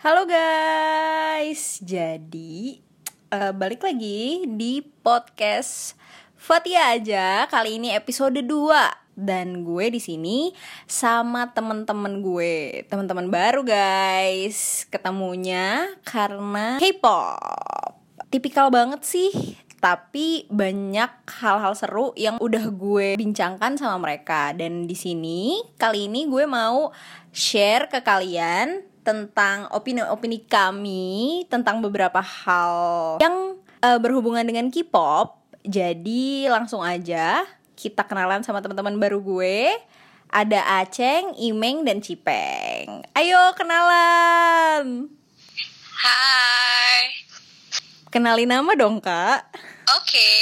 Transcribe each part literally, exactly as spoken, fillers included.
Halo guys, jadi uh, balik lagi di podcast Fatia aja. Kali ini episode dua dan gue di sini sama teman-teman gue, teman-teman baru guys. Ketemunya karena K-pop. Tipikal banget sih, tapi banyak hal-hal seru yang udah gue bincangkan sama mereka. Dan di sini kali ini gue mau share ke kalian tentang opini-opini kami tentang beberapa hal yang uh, berhubungan dengan K-pop. Jadi langsung aja kita kenalan sama teman-teman baru gue. Ada Aceng, Imeng, dan Cipeng. Ayo kenalan. Hai. Kenalin nama dong kak. Oke. Okay.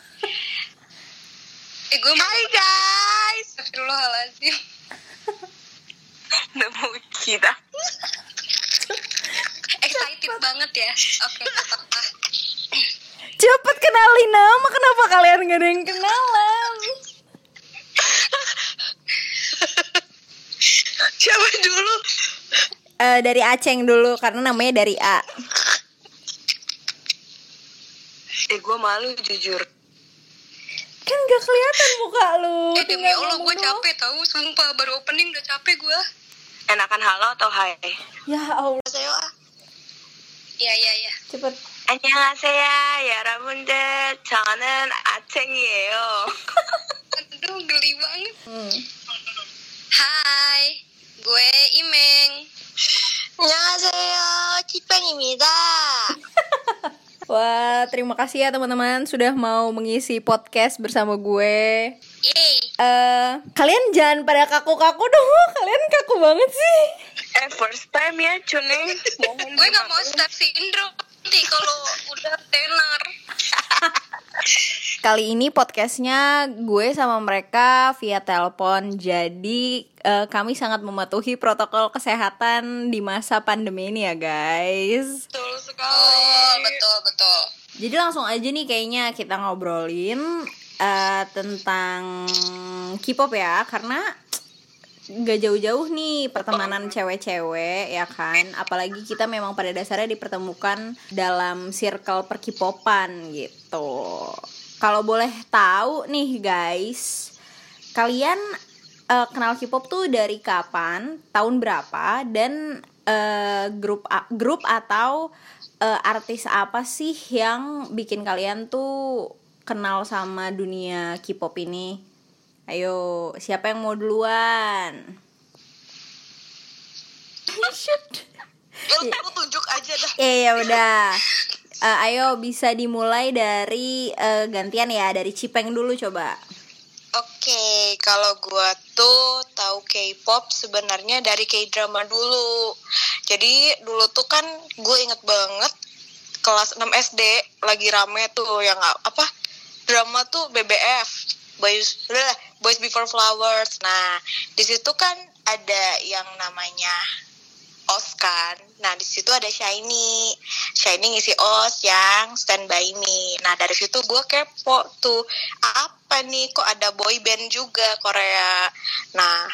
Eh gue mau. Hai guys. Astagfirullahaladzim. Udah mau kita. Excited banget ya. Oke, okay, apa-apa. Cepet kenalin nama. Kenapa kalian gak ada yang kenalan? Siapa dulu? Uh, dari Aceng dulu karena namanya dari A. Eh gue malu jujur. Kan gak kelihatan muka lu. Eh demi Allah gue capek tahu, sumpah baru opening udah capek gue. Enakan halo atau hai? Ya Allah. Saya ah. Iya iya iya. Cepet. 안녕하세요 여러분들. 저는 아챙이에요. Aduh geli banget. Hmm. Hai, gue Imeng. 안녕하세요 Cipeng입니다. Wah, terima kasih ya teman-teman sudah mau mengisi podcast bersama gue. Yeay. Uh, kalian jangan pada kaku-kaku dong, kalian kaku banget sih. Eh first time ya Cuneng. Gue gak mau step syndrome nanti kalau udah tenar. Kali ini podcastnya gue sama mereka via telepon. Jadi uh, kami sangat mematuhi protokol kesehatan di masa pandemi ini ya guys. Betul sekali. Oh, betul betul. Jadi langsung aja nih kayaknya kita ngobrolin uh, tentang K-pop ya. Karena gak jauh-jauh nih pertemanan cewek-cewek ya kan. Apalagi kita memang pada dasarnya dipertemukan dalam circle per-K-popan gitu. Kalau boleh tahu nih guys, kalian uh, kenal K-pop tuh dari kapan, tahun berapa, dan uh, grup a- grup atau uh, artis apa sih yang bikin kalian tuh kenal sama dunia K-pop ini? Ayo, siapa yang mau duluan? Ya lu tunjuk aja dah. Iya ya udah. Uh, ayo bisa dimulai dari uh, gantian ya, dari Cipeng dulu coba. Oke, okay, kalau gue tuh tahu K-pop sebenarnya dari K-drama dulu. Jadi dulu tuh kan gue inget banget kelas enam S D lagi rame tuh yang apa? Drama tuh B B F, Boys Boys Before Flowers. Nah, di situ kan ada yang namanya O S kan. Nah, di situ ada Shiny. Shiny ngisi O S yang Stand By Me. Nah, dari situ gue kepo tuh. Apa nih, kok ada boy band juga Korea. Nah,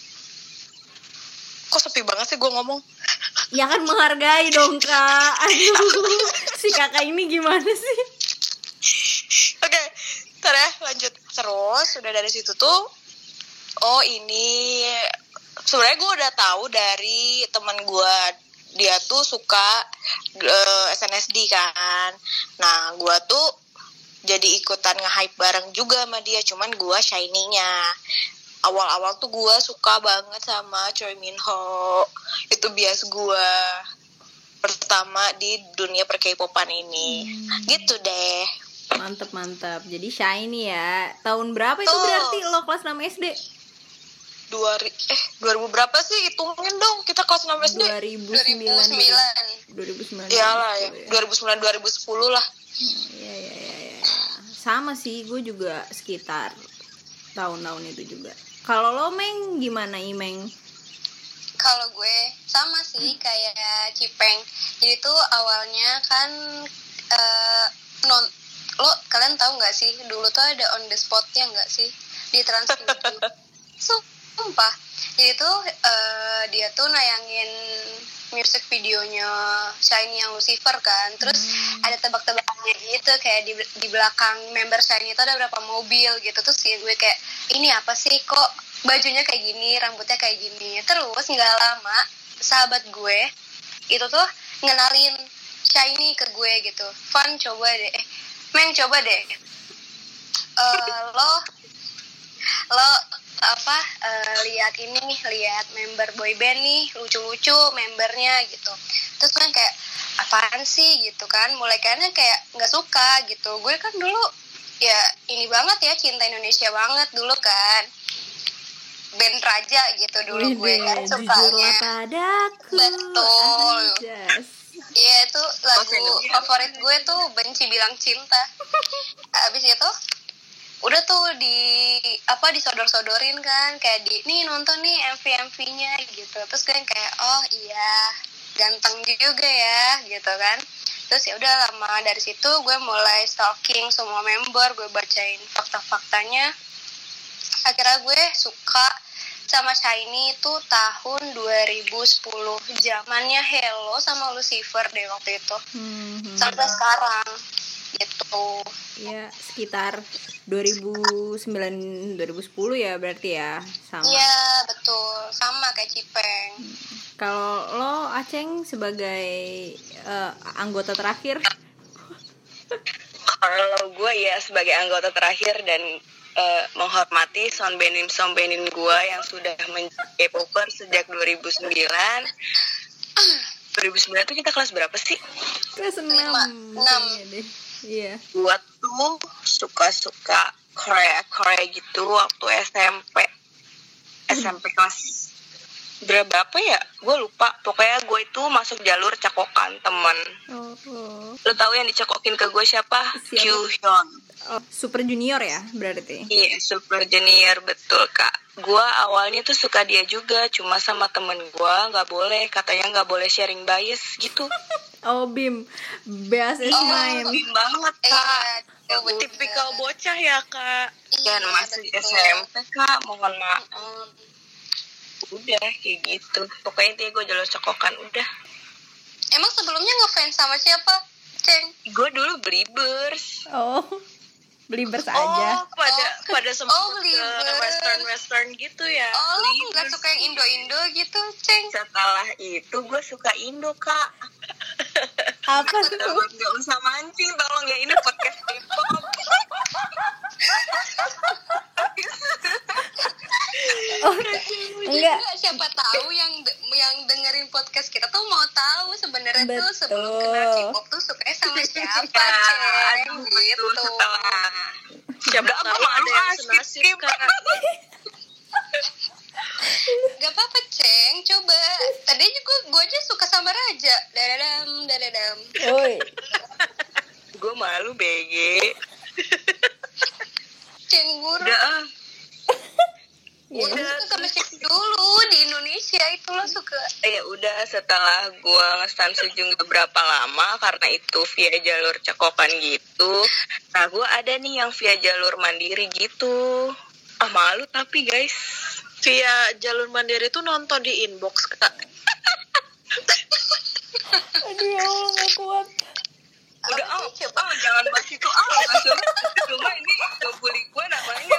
kok sepi banget sih gue ngomong. Ya kan menghargai dong, Kak. Aduh, si kakak ini gimana sih? Oke, okay, ntar ya lanjut. Terus, udah dari situ tuh, oh ini... Sebenarnya gue udah tahu dari teman gue, dia tuh suka uh, S N S D kan. Nah gue tuh jadi ikutan nge-hype bareng juga sama dia, cuman gue Shiny-nya. Awal-awal tuh gue suka banget sama Choi Min Ho, itu bias gue pertama di dunia per-K-popan ini. hmm. Gitu deh. Mantep mantep. Jadi Shiny ya. Tahun berapa itu oh. berarti lo kelas enam S D? Dua eh dua ribu berapa sih, hitungin dong, kita kelas enam S D. dua ribu sembilan dua ribu sembilan Iyalah ya, dua ribu sembilan dua ribu sepuluh lah. Oh, iya iya iya ya. Sama sih, gue juga sekitar tahun-tahun itu juga. Kalau lo Meng gimana Imeng? Kalau gue sama sih kayak Cipeng. Jadi tuh awalnya kan uh, non lo kalian tahu nggak sih dulu tuh ada on the spotnya nggak sih di Trans tujuh. So Sumpah. Jadi tuh uh, dia tuh nayangin music videonya Shiny yang Lucifer kan. Terus hmm. ada tebak-tebakannya gitu, kayak di di belakang member Shiny itu ada berapa mobil gitu. Terus ya gue kayak, ini apa sih, kok bajunya kayak gini, rambutnya kayak gini. Terus nggak lama sahabat gue itu tuh ngenalin Shiny ke gue gitu. Fun, coba deh. Eh, Meng, coba deh. Uh, lo lo apa uh, lihat ini nih, lihat member boyband nih, lucu-lucu membernya gitu. Terus kan kayak, apaan sih gitu kan, mulai kayaknya kayak nggak suka gitu. Gue kan dulu ya ini banget ya, cinta Indonesia banget dulu kan, band Raja gitu dulu. Wih, gue kan sukanya padaku, betul. Iya, itu lagu favorit gue tuh Benci Bilang Cinta. Abis itu udah tuh di apa disodor-sodorin kan, kayak di nih nonton nih M V M V-nya gitu. Terus gue kayak, oh iya ganteng juga ya gitu kan. Terus ya udah, lama dari situ gue mulai stalking semua member, gue bacain fakta-faktanya. Akhirnya gue suka sama Shiny itu tahun dua ribu sepuluh, zamannya Hello sama Lucifer deh waktu itu. Hmm, sampai sekarang gitu. Ya, sekitar dua ribu sembilan dua ribu sepuluh ya berarti ya, sama. Iya, betul. Sama kayak Cipeng. Hmm. Kalau lo, Aceng, sebagai uh, anggota terakhir? Kalau gue ya sebagai anggota terakhir dan uh, menghormati soundbanding soundbanding gue yang sudah menjadi K-popper sejak dua ribu sembilan. dua ribu sembilan tuh kita kelas berapa sih? Kelas enam. enam. Iya. Gua tuh suka-suka Korea-Korea gitu waktu S M P. S M P kelas berapa ya? Gue lupa. Pokoknya gue itu masuk jalur cakokan temen. Oh, oh. Lo tau yang dicekokin ke gue siapa? Siapa? Kyuhyun. Oh, Super Junior ya berarti? Iya, Super Junior, betul kak. Gue awalnya tuh suka dia juga, cuma sama temen gue nggak boleh, katanya nggak boleh sharing bias gitu. Oh, Bim, bias is oh, mine. Bim banget kak. Iya, ya, tipikal bocah ya kak. Iya, dan masih S M P kak, mohon maaf. Udah kayak gitu. Pokoknya intinya gue jalur cekokan udah. Emang sebelumnya ngefans sama siapa, Ceng? Gue dulu Beliebers. Oh, Beliebers aja. Oh, pada oh. pada sempat oh, ke western western gitu ya. Oh, lo nggak suka yang Indo-Indo gitu, Ceng? Setelah itu gue suka Indo kak. Apa tuh? Gak usah mancing, tolong ya, ini podcast K-pop. Oh, enggak. Siapa tahu yang yang dengerin podcast kita tuh mau tahu sebenarnya tuh sebelum kenal K-pop tuh sukanya sama siapa, Ceng? Aduh, gitu. Setelah siapa tahu ada yang senasib kak. Gak apa-apa, Ceng, coba. Tadi aja gue, gue aja suka sama Raja. Dadadam, dadadam. Oi. Gue malu, B G. Ceng guru. Udah. Ya, udah suka sama Ceng dulu di Indonesia itu lo suka. Ya udah, setelah gue ngestan sejung beberapa lama karena itu via jalur cekokan gitu. Nah, gue ada nih yang via jalur mandiri gitu. Ah, malu tapi guys. Via jalur mandiri tuh nonton di inbox kak. Aduh ya Allah, gak kuat. Udah ah, oh, oh, jangan bahas itu ah, masuk. Cuma ini ngebully gue namanya.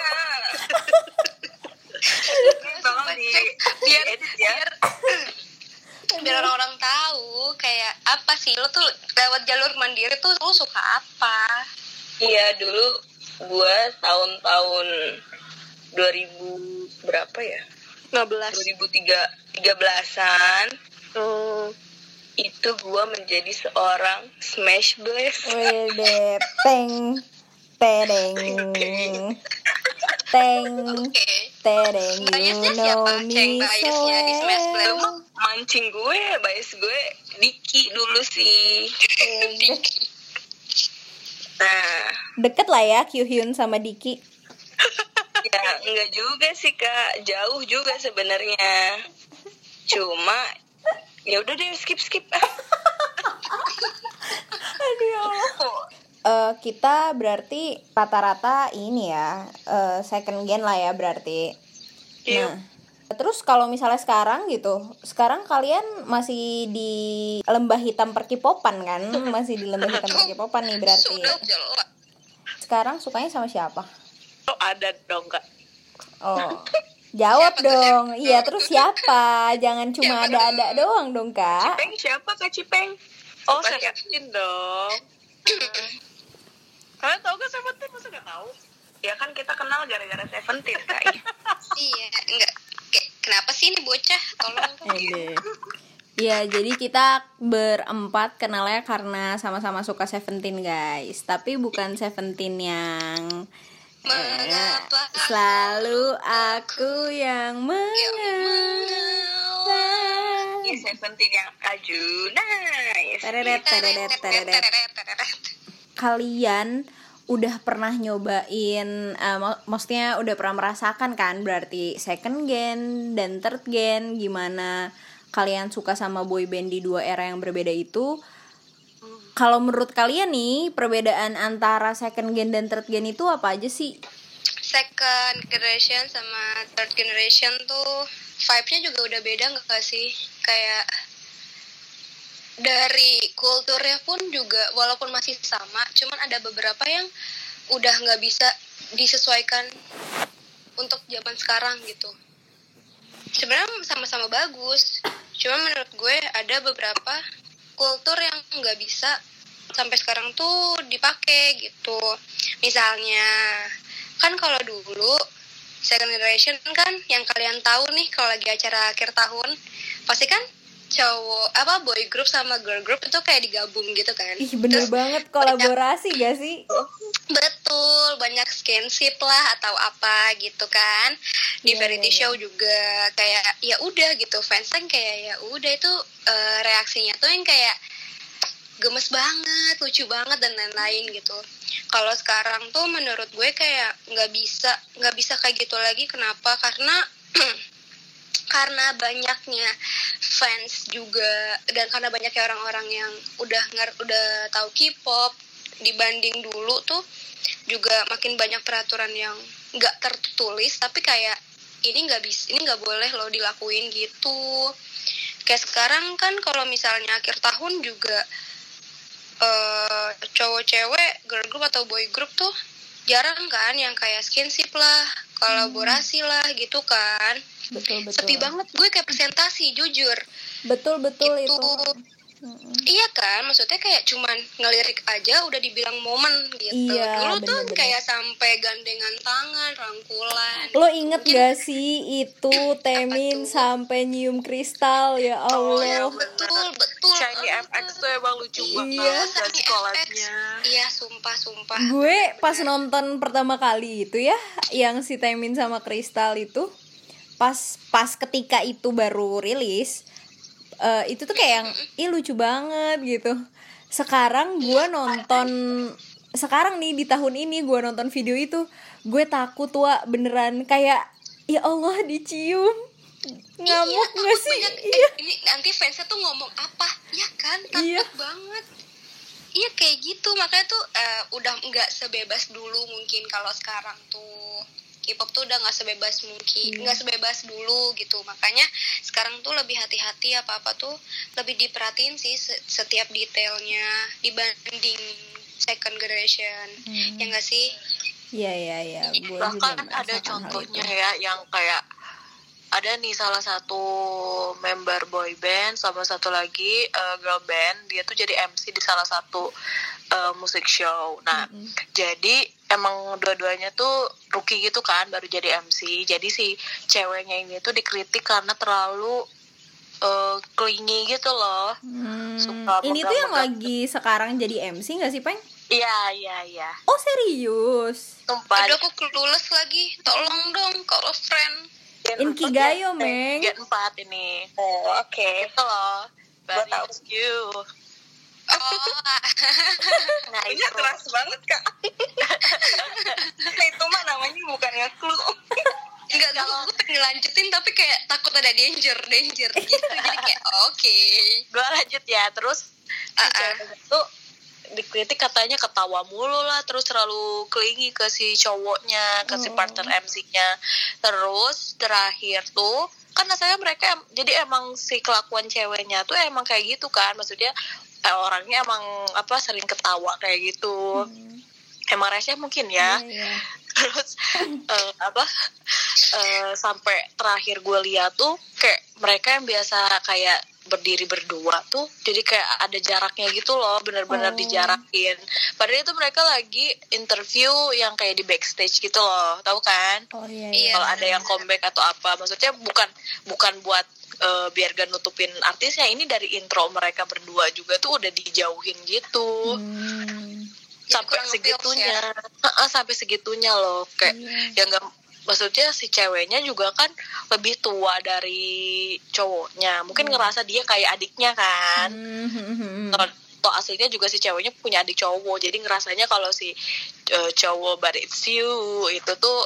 Tolong di biar edit ya. Biar, biar orang-orang tahu kayak apa sih lo tuh lewat jalur mandiri tuh lo suka apa? Iya, dulu gue tahun-tahun dua ribu berapa ya? lima belas dua ribu tiga belasan. Oh. Itu gue menjadi seorang Smash Blast. Wede, teng, tereng, teng, Okay. tereng. Biasnya You siapa, know Ceng, me so biasnya di Smash Blast? Lu mah mancing gue, bias gue Diki dulu sih. Diki. Nah, deket lah ya Kyuhyun sama Diki. ya enggak juga sih kak, jauh juga sebenarnya. Cuma ya udah deh, skip skip. Aduh ya Allah. Uh, kita berarti rata-rata ini ya uh, second gen lah ya berarti. Iya. Nah, Terus kalau misalnya sekarang gitu, sekarang kalian masih di lembah hitam perkipopan kan? Masih di lembah hitam perkipopan nih berarti. Sudah jelas. Sekarang sukanya sama siapa? Oh, ada dong Kak. Oh, jawab Siapa tuh, dong. siapa? Iya, terus siapa? Jangan cuma Siapa ada-ada dong? doang dong, Kak. Cipeng siapa Kak Cipeng? Oh, Siapa ya? Seventeen dong. Kalian tahu gak Seventeen? Masa gak tahu? Ya kan kita kenal gara-gara Seventeen Kak. Iya, enggak. Kayak, kenapa sih ini bocah? Tolong dong. Ede. Iya, jadi kita berempat kenalnya karena sama-sama suka Seventeen, guys. Tapi bukan Seventeen yang Mengapa eh, selalu aku yang mengapa. Ya Seventeen yang Arjuna. Yes. Tereret, tereret, tereret. Kalian udah pernah nyobain, uh, mak- maksudnya udah pernah merasakan kan berarti second gen dan third gen, gimana kalian suka sama boy band di dua era yang berbeda itu. Kalau menurut kalian nih, perbedaan antara second gen dan third gen itu apa aja sih? Second generation sama third generation tuh vibe-nya juga udah beda nggak sih? Kayak dari kulturnya pun juga walaupun masih sama, cuman ada beberapa yang udah nggak bisa disesuaikan untuk zaman sekarang gitu. Sebenarnya sama-sama bagus, cuman menurut gue ada beberapa kultur yang nggak bisa sampai sekarang tuh dipakai gitu. Misalnya kan kalau dulu second generation kan yang kalian tahu nih kalau lagi acara akhir tahun pasti kan cowok apa boy group sama girl group itu kayak digabung gitu kan. Ih, bener Terus banget, kolaborasi gak sih? betul banyak skinship lah atau apa gitu kan di Iya, variety iya, show juga kayak ya udah gitu fans kan kayak ya udah itu eh, reaksinya tuh yang kayak gemes banget, lucu banget dan lain-lain gitu. Kalau sekarang tuh menurut gue kayak nggak bisa nggak bisa kayak gitu lagi. Kenapa? Karena karena banyaknya fans juga dan karena banyaknya orang-orang yang udah nger- udah tahu K-pop dibanding dulu tuh juga makin banyak peraturan yang nggak tertulis tapi kayak ini nggak bisa ini nggak boleh loh dilakuin gitu. Kayak sekarang kan kalau misalnya akhir tahun juga uh, cowok cewek girl group atau boy group tuh jarang kan yang kayak skinship lah kolaborasi Hmm. lah gitu kan. Betul, betul. Sepi banget gue kayak presentasi jujur Betul, betul itu. itu. Mm-mm. Iya kan, maksudnya kayak cuman ngelirik aja udah dibilang momen gitu. Iya, Dulu tuh bener-bener. kayak sampai gandengan tangan, rangkulan. Lo inget Mungkin- gak sih itu Temin tuh? sampai nyium kristal, ya Oh, ya, Allah. betul, betul. Shiny F X tuh emang lucu Iya. banget dan Shiny sekolahnya. Iya, sumpah, sumpah. Gue pas nonton pertama kali itu ya, yang si Temin sama kristal itu, pas pas ketika itu baru rilis, eh, itu tuh kayak yang ih lucu banget gitu. Sekarang gue nonton, sekarang nih di tahun ini gue nonton video itu, gue takut wah beneran kayak ya Allah dicium. Ngamuk Iya, gak sih? banyak, Iya. eh, ini nanti fansnya tuh ngomong apa? Ya kan, takut Iya. banget. Iya kayak gitu, makanya tuh eh, udah nggak sebebas dulu mungkin kalau sekarang tuh K-pop tuh udah nggak sebebas mungkin, Iya. nggak sebebas dulu gitu. Makanya sekarang tuh lebih hati-hati apa-apa tuh lebih diperhatiin sih se- setiap detailnya dibanding second generation. Hmm. Ya nggak sih? Iya, iya, iya. Gue juga Bahkan ada merasakan hal contohnya itu. ya yang kayak ada nih salah satu member boy band sama satu lagi uh, girl band, dia tuh jadi M C di salah satu uh, musik show. Nah, Mm-mm. jadi emang dua-duanya tuh rookie gitu kan, baru jadi M C. Jadi si ceweknya ini tuh dikritik karena terlalu uh, clingy gitu loh. Hmm, Suka ini tuh yang megang-megang. lagi sekarang jadi M C gak sih, Peng? Iya, iya, iya. Oh, serius? Sumpah. Aduh aku clueless lagi, tolong dong kalau friend. Gen Inkigayo, empat, Meng. Gen empat ini. Oh, oke. Itu loh. Gua Very tahu. you. Oh, Nah, Ini itu. keras banget kak. Nah, itu mah namanya bukan nge-clue. enggak, gue, gue pengen lanjutin tapi kayak takut ada danger, danger gitu. Jadi kayak oke. Gue lanjut ya. Terus si Ah, ah. cewek itu dikritik katanya ketawa mulu lah, terus terlalu clingy ke si cowoknya, ke si partner M C-nya. Terus terakhir tuh kan rasanya mereka jadi emang si kelakuan ceweknya tuh emang kayak gitu kan, maksudnya eh, orangnya emang apa sering ketawa kayak gitu. Hmm. Emang rese mungkin ya. Yeah, yeah. Terus uh, apa uh, sampai terakhir gue lihat tuh kayak mereka yang biasa kayak berdiri berdua tuh jadi kayak ada jaraknya gitu loh, benar-benar oh. dijarakin. Padahal itu mereka lagi interview yang kayak di backstage gitu loh, tahu kan? Oh iya. iya. Kalau ada yang comeback atau apa, maksudnya bukan bukan buat uh, biar gak nutupin artisnya, ini dari intro mereka berdua juga tuh udah dijauhin gitu. Hmm. Sampai segitunya, ya? uh, sampai segitunya loh, kayak yeah. ya nggak, maksudnya si ceweknya juga kan lebih tua dari cowoknya, mungkin mm. ngerasa dia kayak adiknya kan, mm-hmm. toh, toh aslinya juga si ceweknya punya adik cowok, jadi ngerasanya kalau si uh, cowok but it's you itu tuh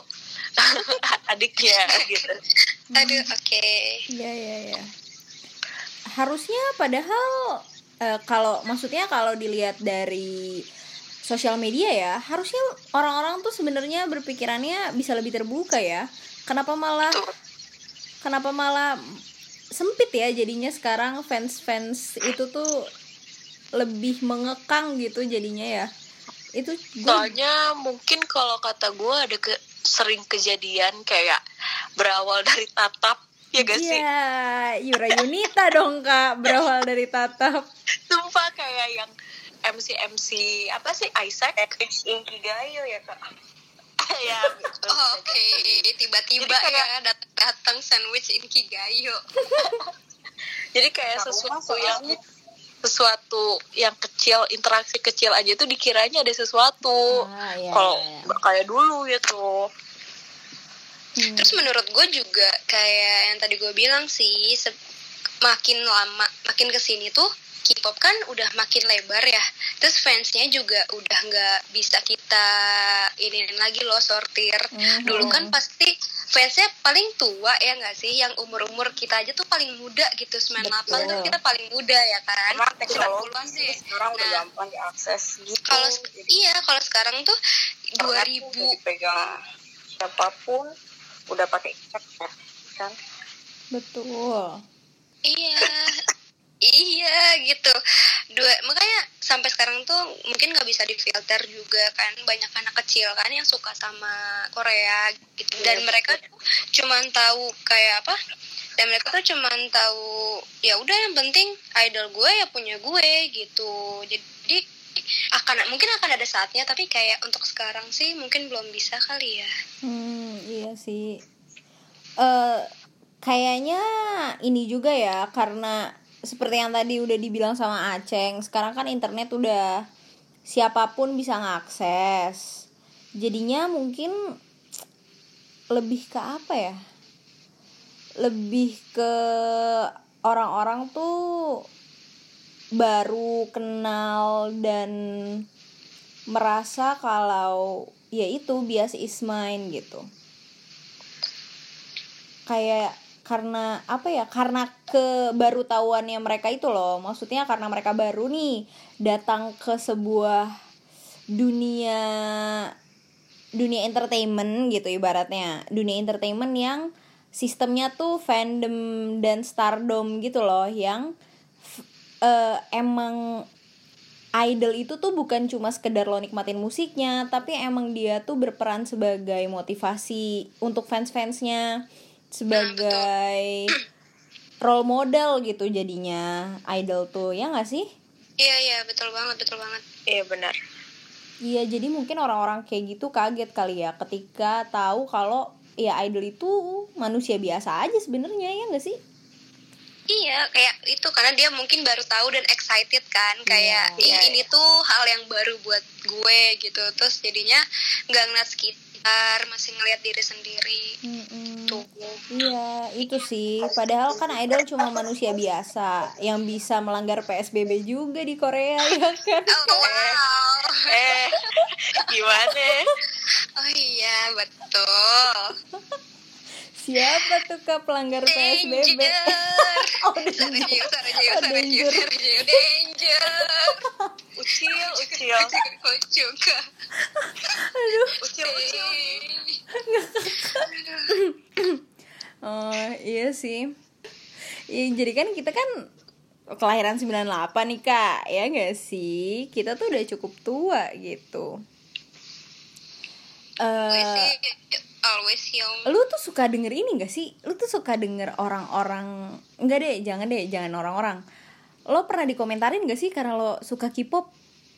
adiknya gitu. Aduh, oke. Okay. Iya iya iya. Harusnya padahal uh, kalau maksudnya kalau dilihat dari sosial media ya, harusnya orang-orang tuh sebenarnya berpikirannya bisa lebih terbuka ya. Kenapa malah kenapa malah sempit ya jadinya sekarang fans-fans itu tuh lebih mengekang gitu jadinya ya. Itu soalnya mungkin kalau kata gue ada ke, sering kejadian kayak berawal dari tatap, ya gak sih? Iya, Yura Yunita dong Kak, berawal dari tatap. Sumpah kayak yang M C M C apa sih Isaac Inkigayo ya Kak. Ya gitu. Oh, oke, okay. Tiba-tiba kayak, ya datang sandwich Inkigayo. Jadi kayak sesuatu yang sesuatu yang kecil, interaksi kecil aja tuh dikiranya ada sesuatu. Ah, iya, kalau iya. kayak dulu gitu. Hmm. Terus menurut gue juga kayak yang tadi gue bilang sih, se- makin lama makin kesini tuh K-pop kan udah makin lebar ya, terus fansnya juga udah nggak bisa kita iniin lagi loh, sortir. Mm-hmm. Dulu kan pasti fansnya paling tua ya nggak sih, yang umur-umur kita aja tuh paling muda gitu, sembilan puluh delapan tuh kita paling muda ya kan. Emang teknologi sih sekarang udah gampang diakses gitu. Kalau iya kalau sekarang tuh dua ribu dipegang siapapun udah pakai cek kan. Betul. Iya. Iya gitu. Dua, makanya sampai sekarang tuh mungkin nggak bisa difilter juga kan, banyak anak kecil kan yang suka sama Korea gitu, dan mereka tuh cuman tahu kayak apa, dan mereka tuh cuman tahu ya udah yang penting idol gue ya punya gue gitu. Jadi akan mungkin akan ada saatnya, tapi kayak untuk sekarang sih mungkin belum bisa kali ya. Hmm iya sih. Uh, kayaknya ini juga ya, karena seperti yang tadi udah dibilang sama Aceng, sekarang kan internet udah siapapun bisa ngakses. Jadinya mungkin lebih ke apa ya? Lebih ke orang-orang tuh baru kenal dan merasa kalau ya itu bias is mine gitu. Kayak karena apa ya, karena kebaru tahuannya mereka itu loh, maksudnya karena mereka baru nih datang ke sebuah dunia dunia entertainment gitu, ibaratnya dunia entertainment yang sistemnya tuh fandom dan stardom gitu loh, yang uh, emang idol itu tuh bukan cuma sekedar lo nikmatin musiknya, tapi emang dia tuh berperan sebagai motivasi untuk fans-fansnya, sebagai role model gitu jadinya idol tuh, ya nggak sih? Iya iya betul banget betul banget. Iya benar. Iya, jadi mungkin orang-orang kayak gitu kaget kali ya ketika tahu kalau ya idol itu manusia biasa aja sebenarnya, ya nggak sih? Iya, kayak itu karena dia mungkin baru tahu dan excited kan, kayak yeah, ini, yeah. ini tuh hal yang baru buat gue gitu, terus jadinya nggak ngeliat sekitar, masih ngeliat diri sendiri. Mm-mm. Tuh. Iya, itu sih. Padahal kan idol cuma manusia biasa yang bisa melanggar P S B B juga di Korea, ya kan? Oh, wow. Eh, gimana? Oh iya, betul. Siapa tuh Kak pelanggar P S B B? Oh, danger. Sarajio, Sarajio, Sarajio, Sarajio, danger. Ucil, ucil. Ucil. Ucil kak. Aduh. Ucil, ucil. Oh iya sih. Ya, jadi kan kita kan kelahiran sembilan puluh delapan nih kak, ya gak sih? Kita tuh udah cukup tua gitu. Gue Eh, sih always young. lu tuh suka denger ini gak sih? Lu tuh suka denger orang-orang, enggak deh, jangan deh, jangan orang-orang. Lo pernah dikomentarin gak sih karena lo suka K-pop?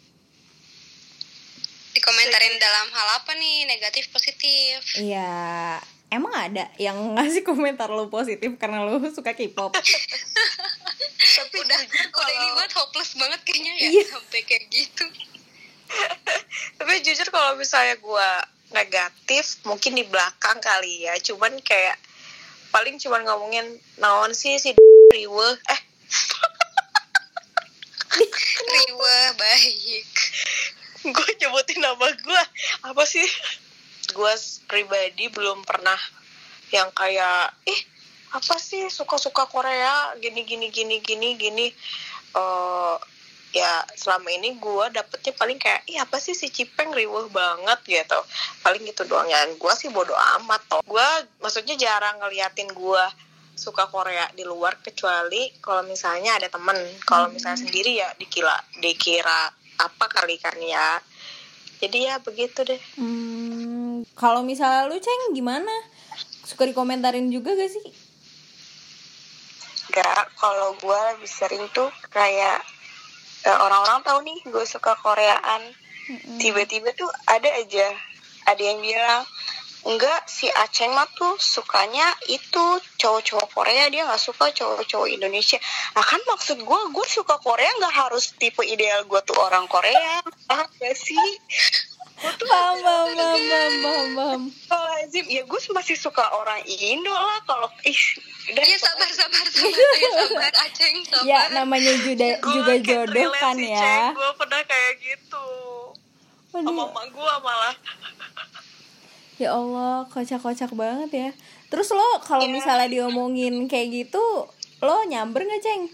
Dikomentarin dalam hal apa nih? Negatif, positif? Iya, emang ada yang ngasih komentar lo positif karena lo suka K-pop? Tapi Udah, jujur udah ini kalau banget hopeless banget kayaknya ya. Iya. Sampai kayak gitu. tapi jujur kalau misalnya gue negatif mungkin di belakang kali ya, cuman kayak paling cuman ngomongin naon sih si riwe eh Riwa baik. gue nyebutin nama gue apa sih, gue pribadi belum pernah yang kayak ih apa sih suka-suka Korea gini gini gini gini gini Eh ya selama ini gue dapetnya paling kayak ih apa sih si Cipeng riweh banget gitu, paling gitu doang ya. Gue sih bodo amat toh, gue maksudnya jarang ngeliatin gue suka Korea di luar, kecuali kalau misalnya ada temen. Kalau misalnya sendiri ya dikira dikira apa kali kan ya. Jadi ya begitu deh. Hmm, kalau misalnya lu Ceng gimana? Suka dikomentarin juga gak sih? Gak, kalau gue lebih sering tuh kayak eh, orang-orang tahu nih gue suka Koreaan, Mm-mm. tiba-tiba tuh ada aja ada yang bilang enggak si Aceng mah tuh sukanya itu cowok-cowok Korea, dia nggak suka cowok-cowok Indonesia. Nah kan maksud gue gue suka Korea nggak harus tipe ideal gue tuh orang Korea, paham gak sih? Gue tuh Paham, paham, paham, paham, paham, paham. kalau lazim ya gue masih suka orang Indo lah. Kalau ih udah Iya sabar sabar sabar. Ayo sabar Aceng sabar. Ya namanya juga, juga jodoh kan ya. Gue pernah kayak gitu sama Waduh, mama gue malah. ya Allah, kocak-kocak banget ya. Terus lo kalau Iya. misalnya diomongin kayak gitu, lo nyamber gak Ceng?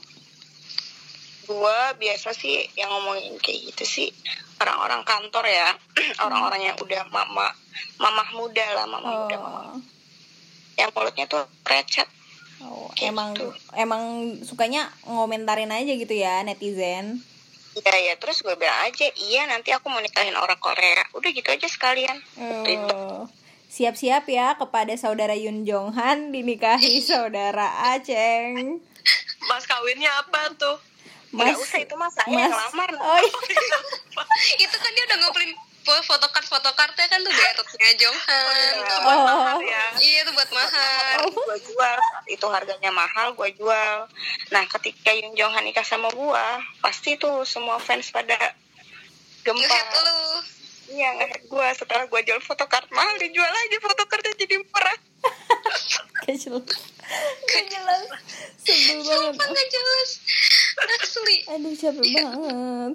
Gue biasa sih yang ngomongin kayak gitu sih orang-orang kantor ya, orang-orang yang udah mama mamah muda lah, mama muda mama. Oh, Yang mulutnya tuh recet. oh Kayak emang gitu. emang sukanya ngomentarin aja gitu ya netizen. Iya ya, terus gue bilang aja iya nanti aku mau nikahin orang Korea, udah gitu aja sekalian. Ribet. Oh, siap-siap ya kepada saudara Yoon Jong Han dinikahi saudara Aceng. Mas kawinnya apa tuh? Mas- Nggak usah, itu mas saya Mas- yang ngelamar. Oh, iya. Itu kan dia udah ngumpulin photocard photocardnya kan tuh derotnya Jonghan. Buat Oh. mahar ya. Iya tuh buat mahar. Gue jual, itu harganya mahal, gue jual. Nah ketika Yoon Jong Han nikah sama gue, pasti tuh semua fans pada gempa. Ngehead lu. Iya ngehead gue, setelah gue jual photocard mahal, dijual aja photocardnya jadi murah. Gak jelas. Gak jelas. Sebel banget. Sumpah gak jelas. Asli. Aduh capek banget.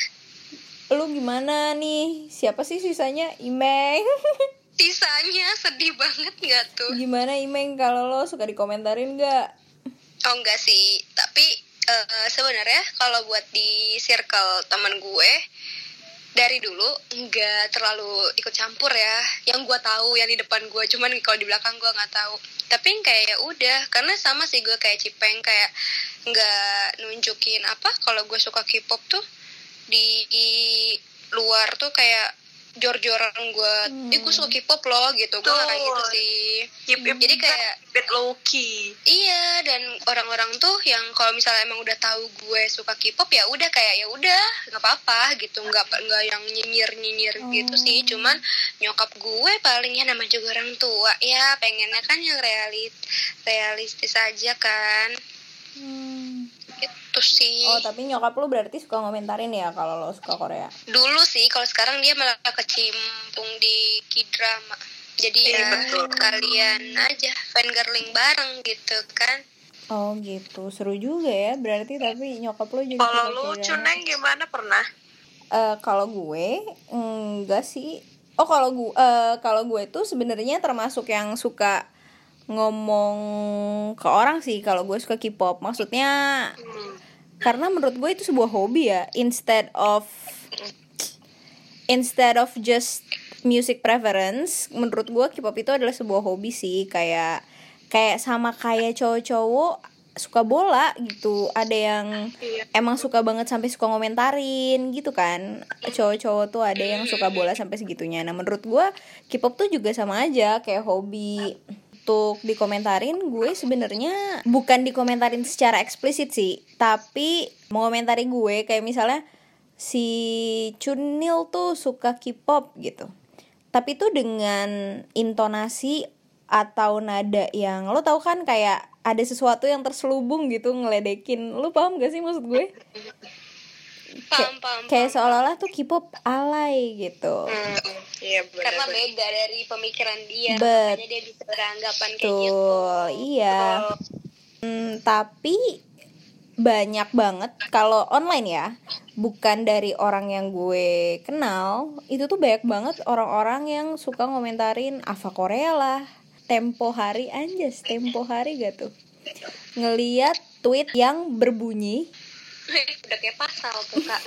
Lu gimana nih? Siapa sih sisanya? Imeng. Sisanya sedih banget gak tuh? Gimana Imeng kalau lo suka dikomentarin gak? Oh enggak sih, tapi eh, sebenarnya kalau buat di circle teman gue dari dulu nggak terlalu ikut campur ya. Yang gue tahu yang di depan gue, cuman kalau di belakang gue nggak tahu. Tapi kayak ya udah, karena sama sih gue kayak Cipeng, kayak nggak nunjukin apa kalau gue suka K-pop tuh di, di luar tuh kayak jor-joran gue, Hmm. eh gue suka K-pop loh gitu, gue nggak kayak gitu sih. Keep it, Jadi kayak keep it low key. iya, dan orang-orang tuh yang kalau misalnya emang udah tahu gue suka K-pop ya udah kayak ya udah nggak apa-apa gitu, nggak nggak yang nyinyir nyinyir gitu sih. Cuman nyokap gue palingnya nama juga orang tua ya pengennya kan yang realit realistis aja kan Hmm. gitu sih. Oh tapi nyokap lu berarti suka ngomentarin ya kalau lo suka Korea? Dulu sih, kalau sekarang dia malah kecimpung di K-drama. Jadi Iya, ya betul. kalian aja fangirling bareng gitu kan. Oh gitu, seru juga ya berarti. Tapi nyokap lu juga Kalau suka lu K-drama. Cuneng gimana pernah? Eh, kalau gue enggak sih. Oh kalau gue eh, kalau gue tuh sebenarnya termasuk yang suka ngomong ke orang sih kalau gue suka K-pop. Maksudnya Hmm. Karena menurut gue itu sebuah hobi ya, instead of instead of just music preference, menurut gue K-pop itu adalah sebuah hobi sih, kayak kayak sama kayak cowok-cowok suka bola gitu. Ada yang emang suka banget sampai suka ngomentarin gitu kan. Cowok-cowok tuh ada yang suka bola sampai segitunya. Nah, menurut gue K-pop tuh juga sama aja kayak hobi. Untuk dikomentarin, gue sebenarnya bukan dikomentarin secara eksplisit sih, tapi mengomentari gue kayak misalnya si Chunil tuh suka K-pop gitu, tapi tuh dengan intonasi atau nada yang lo tau kan, kayak ada sesuatu yang terselubung gitu ngeledekin. Lo paham gak sih maksud gue? Paham, paham, Kayak paham. seolah-olah tuh K-pop alay gitu. Hmm, iya benar. Karena beda dari pemikiran dia, Bet- makanya dia bisa beranggapan kayak gitu. Tuh, iya. Hmm, tapi banyak banget kalau online ya, bukan dari orang yang gue kenal, itu tuh banyak banget orang-orang yang suka ngomentarin Ava Korea lah, Tempo Hari, anjas Tempo Hari gak tuh, ngeliat tweet yang berbunyi Udah kayak pasal tuh kak.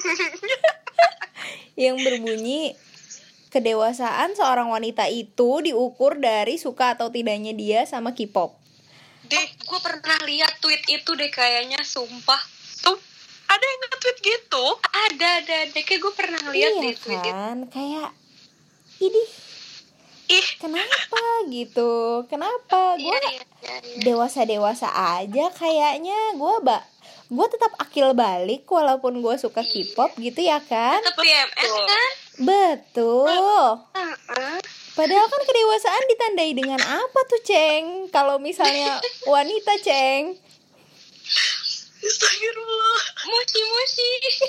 yang berbunyi kedewasaan seorang wanita itu diukur dari suka atau tidaknya dia sama K-pop. Deh, gue pernah lihat tweet itu deh kayaknya, sumpah. Tuh, ada yang nge-tweet gitu? Ada, ada, ada. Kayak gue pernah lihat Iya deh tweet itu. kan, kayak idih, Ih, kenapa gitu, kenapa gue Iya, iya, iya, iya. dewasa-dewasa aja kayaknya, gue ba gue tetap akil balik walaupun gue suka K-pop gitu ya kan. Tetep P M S kan? Betul. Heeh. Padahal kan kedewasaan ditandai dengan apa tuh, Ceng? Kalau misalnya wanita, Ceng. astagfirullah. Mochi-mochi.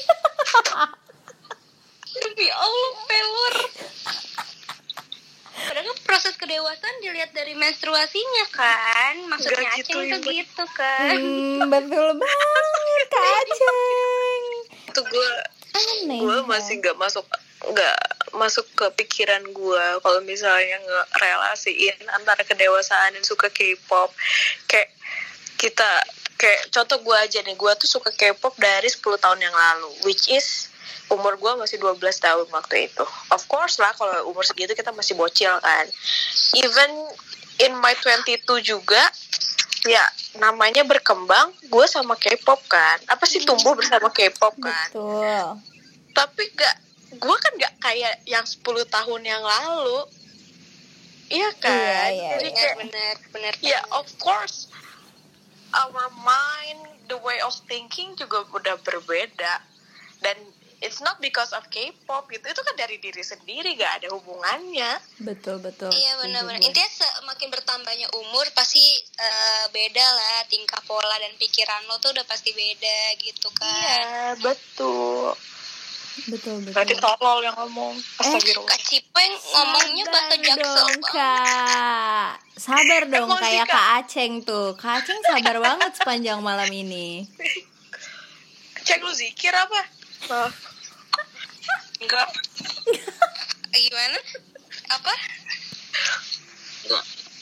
Demi Allah, pelor. Padahal kan proses kedewasaan dilihat dari menstruasinya kan. Maksudnya Gak gitu, Aceng tuh Ibu. gitu kan. Hmm, betul banget, Kak Ceng. Itu gue Aneh. gue ya. masih nggak masuk nggak masuk ke pikiran gue kalau misalnya ngerelasiin antara kedewasaan dan suka K-pop. Kayak kita kayak contoh gue aja nih, gue tuh suka K-pop dari sepuluh tahun yang lalu, which is umur gue masih dua belas tahun waktu itu. Of course lah, kalau umur segitu kita masih bocil kan. Even in my twenty-two juga, ya namanya berkembang, gue sama K-pop kan. Apa sih, tumbuh bersama K-pop kan. Betul. Tapi gak, gue kan gak kayak yang sepuluh tahun yang lalu. Iya kan? Iya, iya, Jadi iya. kayak, Bener, bener. ya of course, our mind, the way of thinking juga udah berbeda. Dan it's not because of K-pop gitu, itu kan dari diri sendiri, gak ada hubungannya. Betul, betul. Iya Setuju benar-benar. gue. Intinya semakin bertambahnya umur pasti eh, beda lah tingkah pola dan pikiran lo tuh udah pasti beda gitu kan. Iya, betul. Betul, betul. Berarti tolol yang ngomong. Astagfirullah. Kak Cipeng ngomongnya bahasa Sabar jaksel dong, banget. Kak. Sabar dong, Emosi, kayak Kak. Kak Aceng tuh. Kak Aceng sabar banget sepanjang malam ini. Cek lu zikir apa? Oh. Enggak. Gimana? Apa? Enggak.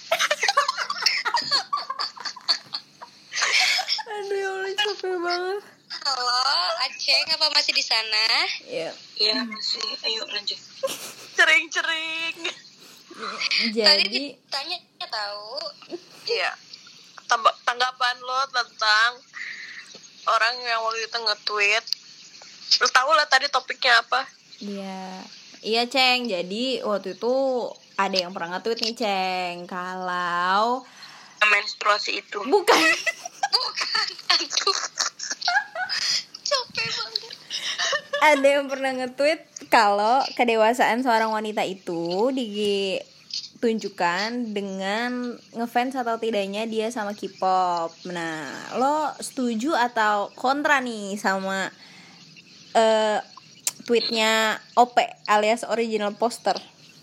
Aduh, ya Allah, capek banget. Halo, Aceng apa masih di sana? Ya, Iya masih. Ayo lanjut. Cering-cering. Tadi jadi ditanya tahu. Iya. Tambah tanggapan lo tentang orang yang waktu itu nge-tweet. Lo tau lah tadi topiknya apa? Iya, iya Ceng. Jadi waktu itu ada yang pernah nge-tweet nih, Ceng, kalau Menstruasi itu. bukan Bukan, aduh. Capek banget. ada yang pernah nge-tweet kalau kedewasaan seorang wanita itu ditunjukkan dengan ngefans atau tidaknya dia sama K-pop. Nah, lo setuju atau kontra nih sama eh, tweetnya O P alias original poster?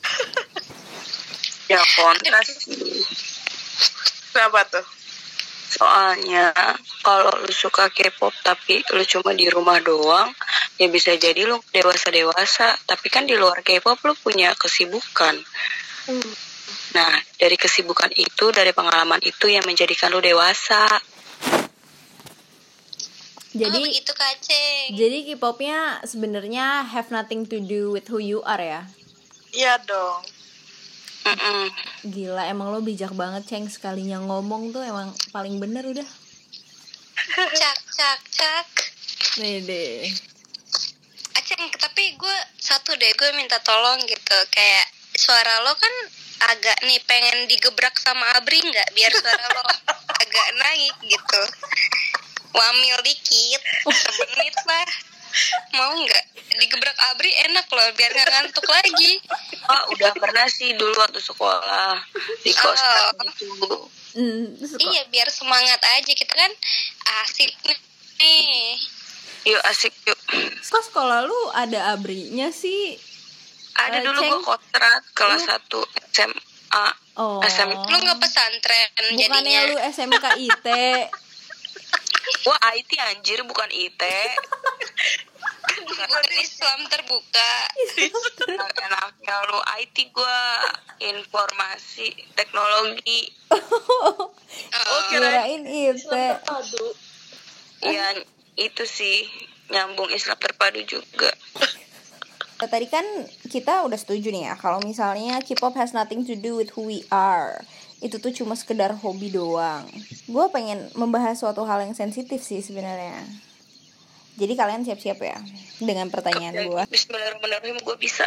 Ya kontra sih. Kenapa tuh? Soalnya kalau lu suka K-pop tapi lu cuma di rumah doang, ya bisa jadi lu dewasa-dewasa, tapi kan di luar K-pop lu punya kesibukan. Hmm. Nah, dari kesibukan itu, dari pengalaman itu yang menjadikan lu dewasa. Jadi oh, begitu Kak Ceng. Jadi K-popnya sebenarnya have nothing to do with who you are ya. Iya dong. Mm-mm. Gila, emang lo bijak banget, Ceng. Sekalinya ngomong tuh emang paling bener udah. Cak cak cak. Nih deh. Aceng, tapi gue satu deh, gue minta tolong gitu. Kayak suara lo kan agak nih pengen digebrak sama Abri nggak? Biar suara lo agak naik gitu. Wamil dikit, semenit lah. Mau nggak? Digebrak Abri enak loh, biar nggak ngantuk lagi. Oh, udah pernah sih dulu waktu sekolah di kosan Oh. gitu. Mm, terus kok- Iya, biar semangat aja. Kita kan asik nih. Yuk asik yuk. Kok sekolah lu ada abrinya sih? Ada Eh, dulu Ceng. gue kontrak kelas Lu- satu S M A. Oh. S M P. Lu nggak pesantren Bukannya jadinya. lu S M K I T? Wah, I T anjir bukan I T. Bukan Islam terbuka. Enaknya lu I T, gue informasi teknologi. Oh, Kirain I T. Ya itu sih nyambung Islam terpadu juga. Tadi kan kita udah setuju nih ya kalau misalnya K-pop has nothing to do with who we are. Itu tuh cuma sekedar hobi doang. Gue pengen membahas suatu hal yang sensitif sih sebenarnya. Jadi kalian siap-siap ya dengan pertanyaan gue. Bismillahirrahmanirrahim, gue bisa.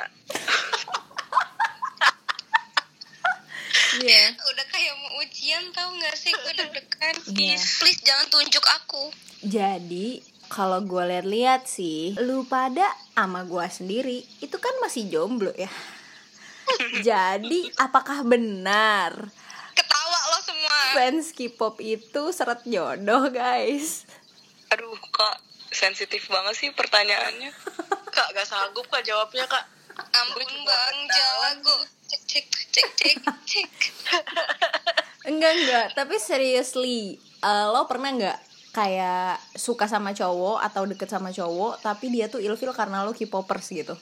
Iya. udah kayak mau ujian tau nggak sih? Gue deg-degan. Iya. Please jangan tunjuk aku. Jadi kalau gue lihat-lihat sih, lu pada sama gue sendiri itu kan masih jomblo ya. Jadi apakah benar Ketawa lo semua. fans K-pop itu seret jodoh, guys? Aduh kak, sensitif banget sih pertanyaannya. Kak, gak sanggup Kak jawabnya Kak. Ampun bang, jago. Cek cek cek cek cek. Enggak enggak, tapi seriously, eh, lo pernah nggak kayak suka sama cowok atau deket sama cowok tapi dia tuh ilfil karena lo K-popers gitu?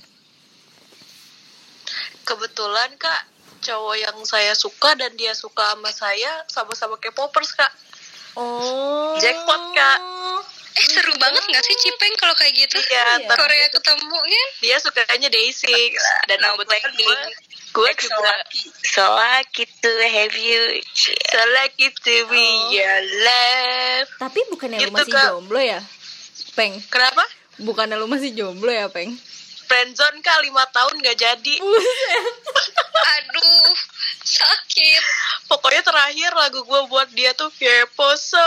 Kebetulan Kak, cowok yang saya suka dan dia suka sama saya sama-sama K-popers Kak. Oh. Jackpot, Kak. Eh seru banget nggak sih Cipeng kalau kayak gitu? Iya, tapi Korea ketemu kan? dia sukanya Day Six dan kebetulan gue gue So juga lucky, so lucky to have you. so lucky to be your love. Tapi bukannya lu Gitu, masih Kak. jomblo ya, Peng? Kenapa? Bukannya lu masih jomblo ya, Peng? Friendzone Kak, lima tahun gak jadi. Aduh, sakit. Pokoknya terakhir lagu gue buat dia tuh Fierposo.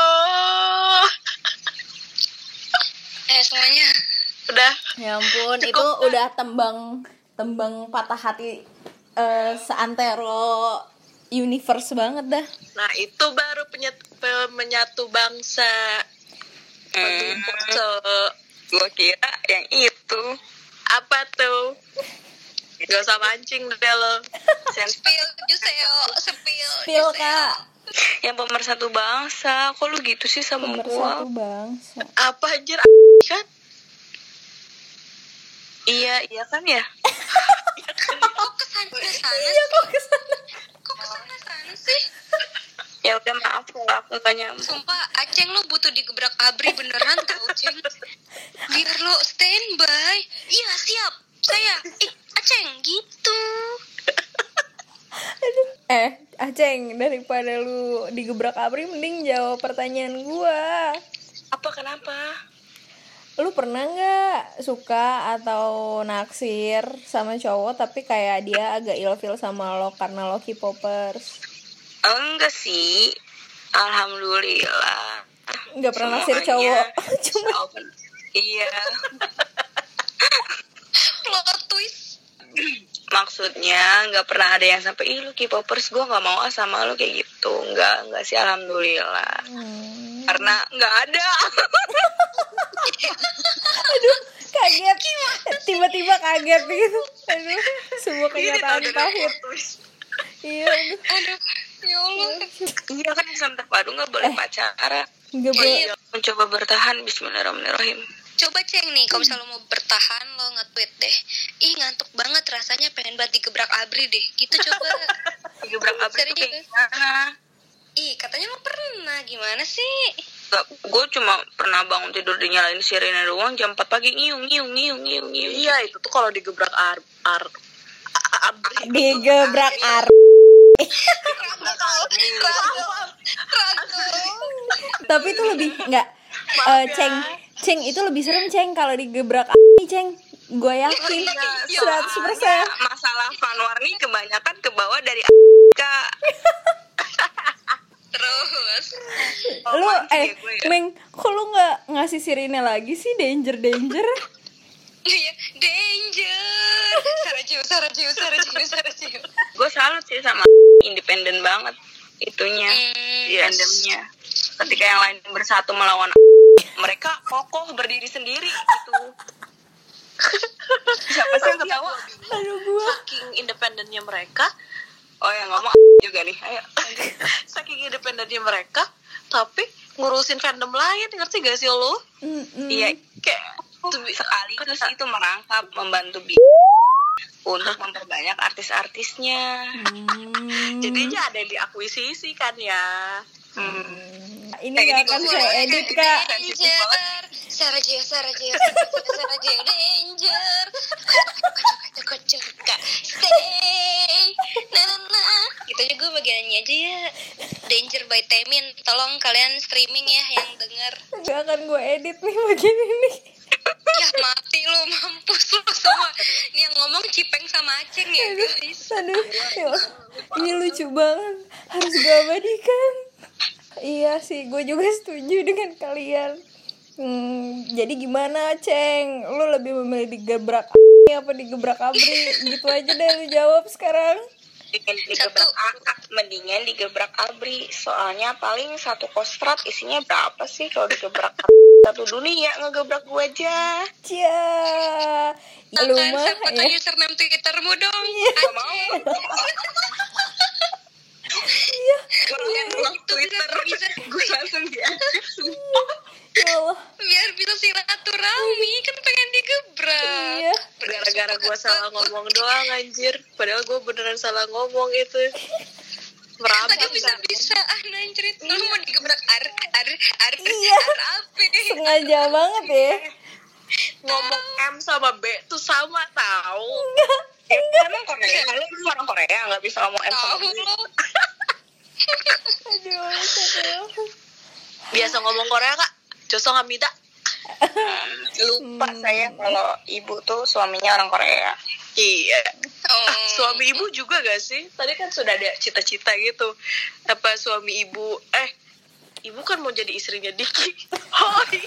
Eh semuanya. Udah. Ya ampun, Cukup, itu Kak. udah tembang tembang patah hati eh, seantero universe banget dah. Nah itu baru penyat- pe- menyatu bangsa. Hmm, Fierposo. gue kira yang itu. Apa tuh? Gak usah mancing deh lo. Spill juseo, spill. Feel juseo. Kak, Yang pemersatu bangsa. Kok lu gitu sih sama pemersatu gue? bangsa. Apa anjir kan? Iya, iya kan ya? Kok kesana kesana? Iya kok kesana. Kok kesana sana sih? Ya udah maaf kalau aku gak nyambung. Sumpah, Aceng lo butuh digebrak Abri beneran tau, Ceng. Biar lo standby. Iya, siap. Saya, eh, Aceng, gitu. Eh, Aceng, daripada lu digebrak Abri mending jawab pertanyaan gua. Apa kenapa? Lu pernah nggak suka atau naksir sama cowok tapi kayak dia agak ilfil sama lo karena lo K-popers? Enggak sih. Alhamdulillah. Nggak pernah naksir Semuanya cowok. Cuma open. Iya. Plot twist. Maksudnya nggak pernah ada yang sampai ih lu K-popers, gue nggak mau ah sama lu kayak gitu. Nggak, nggak sih, alhamdulillah. hmm, Karena nggak ada. kaget. Tiba-tiba kaget gitu. Aduh, sebuah kenyataan pahit. Iya, aduh. Aduh, ya Allah. Iya kan Islam terpadu nggak boleh Eh. pacaran. Nggak boleh. Iya, mencoba bertahan. Bismillahirrahmanirrahim. Coba Ceng nih, kalau misalnya lo mau bertahan lo nge-tweet deh. Ih ngantuk banget rasanya, pengen banget digebrak Abri deh. Gitu coba. Gebrak abri tuh kayak Serius? gimana? Ih katanya lo pernah, gimana sih? Gue cuma pernah bangun tidur dinyalain sirene doang jam empat pagi, ngiung ngiung ngiung ngiung ngiung. Iya, itu tuh kalau digebrak ar ar abri. Digebrak ar. Tapi itu lebih enggak uh, Ceng. Ceng itu lebih serem, Ceng, kalau digebrak ar, Ceng. Gue yakin seratus persen. Masalah Fanwarni kebanyakan ke bawah dari Kak. Terus Lu eh ya? Meng, kok lu nggak ngasih sirine lagi sih? Danger danger. Iya, danger. Saraju, saraju, saraju, saraju. Gue salut sih sama independen banget itunya, mm, randomnya. Ketika yang lain bersatu melawan, mereka kokoh berdiri sendiri gitu. Siapa sih yang ketawa? Aduh gua. Saking independennya mereka. Oh yang ngomong juga nih, ayo. Saking independennya mereka, tapi ngurusin fandom lain, ngerti gak sih lo? Mm-mm. Iya, kayak sekaligus itu merangkap membantu bi untuk memperbanyak artis-artisnya. Hmm. Jadinya ada yang diakuisisi kan ya. Hmm. Ini gak akan saya edit, Kak. Danger, Saraju, Saraju, Saraju, danger. Kocok, kocok, Kak. Stay. Nah, nah, nah. Gitu aja gue bagiannya aja ya. Danger by Temin. Tolong kalian streaming ya yang denger. Gak akan gue edit nih bagian ini. Ya mati lo, mampus lo semua. Ini yang ngomong Cipeng sama Aceng ya guys. Aduh, ya, ini lucu banget. Harus gue abadikan. Iya sih, gue juga setuju dengan kalian. Hmm, jadi gimana, Ceng? Lu lebih memilih digebrak apa digebrak abri? Gitu aja deh lu jawab sekarang. Digebrak akak, mendingan digebrak abri. Soalnya paling satu kostrat isinya berapa sih kalau digebrak satu dunia ngegebrak gue aja. Cia. Lu Kan mah siapa tuh ya. username Twittermu dong? Gak mau. Iya. Gue langsung Twitter, gue langsung diaktif. Ya Allah. Biar bisa silaturahmi, kan pengen digebrak. Iya. Gara-gara gue salah ngomong doang anjir. Padahal gue beneran salah ngomong itu. Meraba Lagi bisa-bisa ah anjrit. Lu mau digebrak ar ar ar Iya. ar apa? Sengaja banget ya. ngomong M sama B tuh sama tahu. Ya, emang Korea, lu lu orang Korea nggak bisa ngomong M sama Tahu B. lu. Aduh, aduh. Biasa ngomong Korea kak. Josong Amida. Lupa saya kalau ibu tuh suaminya orang Korea. Iya. Oh. Ah, suami ibu juga gak sih? Tadi kan sudah ada cita-cita gitu. Apa suami ibu? Eh, ibu kan mau jadi istrinya Diki. Hoi.